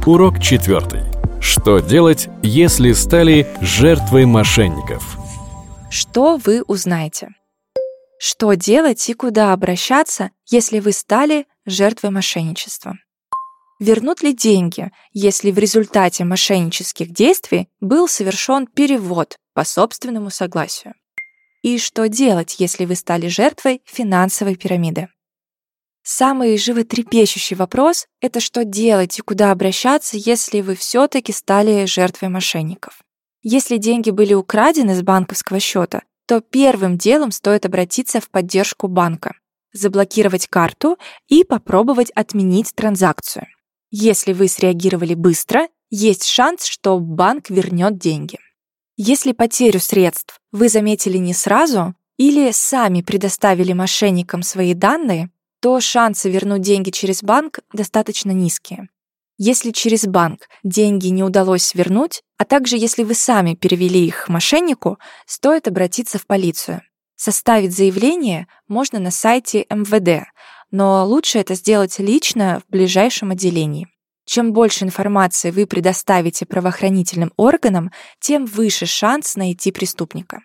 Урок 4. Что делать, если стали жертвой мошенников? Что вы узнаете? Что делать и куда обращаться, если вы стали жертвой мошенничества? Вернут ли деньги, если в результате мошеннических действий был совершен перевод по собственному согласию? И что делать, если вы стали жертвой финансовой пирамиды? Самый животрепещущий вопрос — это что делать и куда обращаться, если вы все-таки стали жертвой мошенников. Если деньги были украдены с банковского счета, то первым делом стоит обратиться в поддержку банка, заблокировать карту и попробовать отменить транзакцию. Если вы среагировали быстро, есть шанс, что банк вернет деньги. Если потерю средств вы заметили не сразу или сами предоставили мошенникам свои данные, то шансы вернуть деньги через банк достаточно низкие. Если через банк деньги не удалось вернуть, а также если вы сами перевели их мошеннику, стоит обратиться в полицию. Составить заявление можно на сайте МВД, но лучше это сделать лично в ближайшем отделении. Чем больше информации вы предоставите правоохранительным органам, тем выше шанс найти преступника.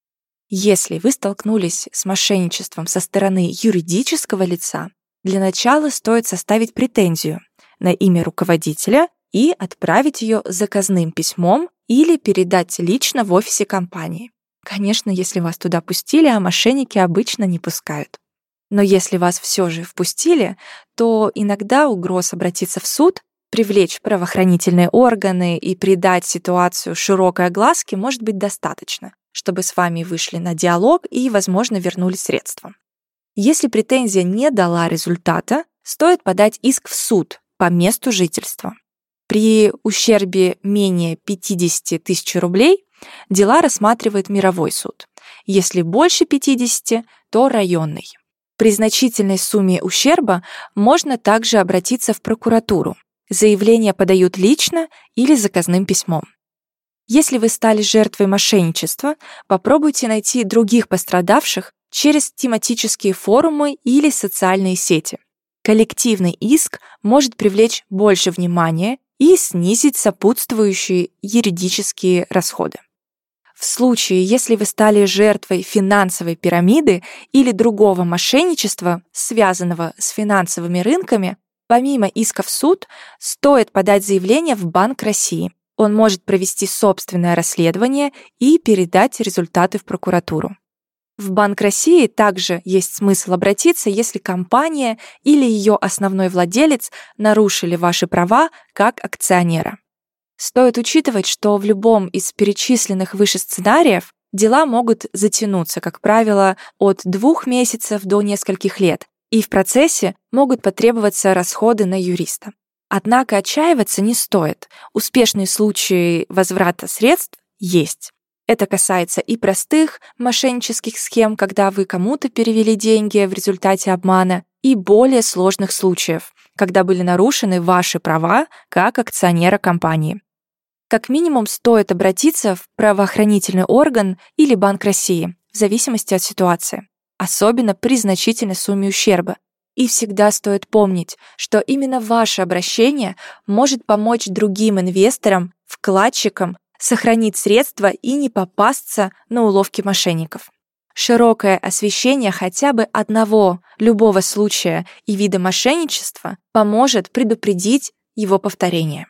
Если вы столкнулись с мошенничеством со стороны юридического лица, для начала стоит составить претензию на имя руководителя и отправить ее заказным письмом или передать лично в офисе компании. Конечно, если вас туда пустили, а мошенники обычно не пускают. Но если вас все же впустили, то иногда угроз обратиться в суд, привлечь правоохранительные органы и придать ситуацию широкой огласке может быть достаточно, чтобы с вами вышли на диалог и, возможно, вернули средства. Если претензия не дала результата, стоит подать иск в суд по месту жительства. При ущербе менее 50 тысяч рублей дела рассматривает мировой суд. Если больше 50, то районный. При значительной сумме ущерба можно также обратиться в прокуратуру. Заявление подают лично или заказным письмом. Если вы стали жертвой мошенничества, попробуйте найти других пострадавших через тематические форумы или социальные сети. Коллективный иск может привлечь больше внимания и снизить сопутствующие юридические расходы. В случае, если вы стали жертвой финансовой пирамиды или другого мошенничества, связанного с финансовыми рынками, помимо иска в суд, стоит подать заявление в Банк России. Он может провести собственное расследование и передать результаты в прокуратуру. В Банк России также есть смысл обратиться, если компания или ее основной владелец нарушили ваши права как акционера. Стоит учитывать, что в любом из перечисленных выше сценариев дела могут затянуться, как правило, от 2 месяцев до нескольких лет, и в процессе могут потребоваться расходы на юриста. Однако отчаиваться не стоит. Успешные случаи возврата средств есть. Это касается и простых мошеннических схем, когда вы кому-то перевели деньги в результате обмана, и более сложных случаев, когда были нарушены ваши права как акционера компании. Как минимум стоит обратиться в правоохранительный орган или Банк России, в зависимости от ситуации, особенно при значительной сумме ущерба. И всегда стоит помнить, что именно ваше обращение может помочь другим инвесторам, вкладчикам сохранить средства и не попасться на уловки мошенников. Широкое освещение хотя бы одного любого случая и вида мошенничества поможет предупредить его повторение.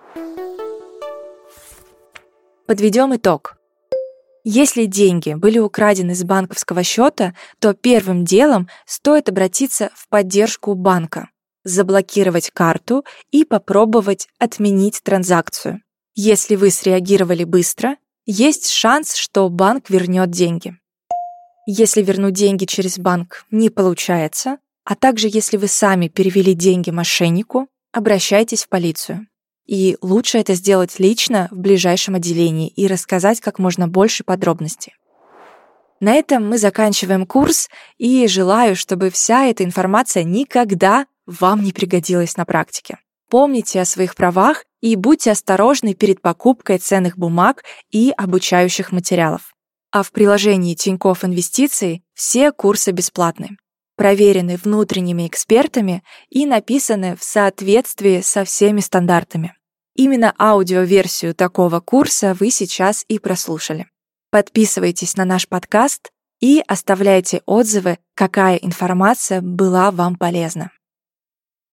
Подведем итог. Если деньги были украдены с банковского счета, то первым делом стоит обратиться в поддержку банка, заблокировать карту и попробовать отменить транзакцию. Если вы среагировали быстро, есть шанс, что банк вернет деньги. Если вернуть деньги через банк не получается, а также если вы сами перевели деньги мошеннику, обращайтесь в полицию. И лучше это сделать лично в ближайшем отделении и рассказать как можно больше подробностей. На этом мы заканчиваем курс, и желаю, чтобы вся эта информация никогда вам не пригодилась на практике. Помните о своих правах и будьте осторожны перед покупкой ценных бумаг и обучающих материалов. А в приложении Тинькофф Инвестиции все курсы бесплатны, проверены внутренними экспертами и написаны в соответствии со всеми стандартами. Именно аудиоверсию такого курса вы сейчас и прослушали. Подписывайтесь на наш подкаст и оставляйте отзывы, какая информация была вам полезна.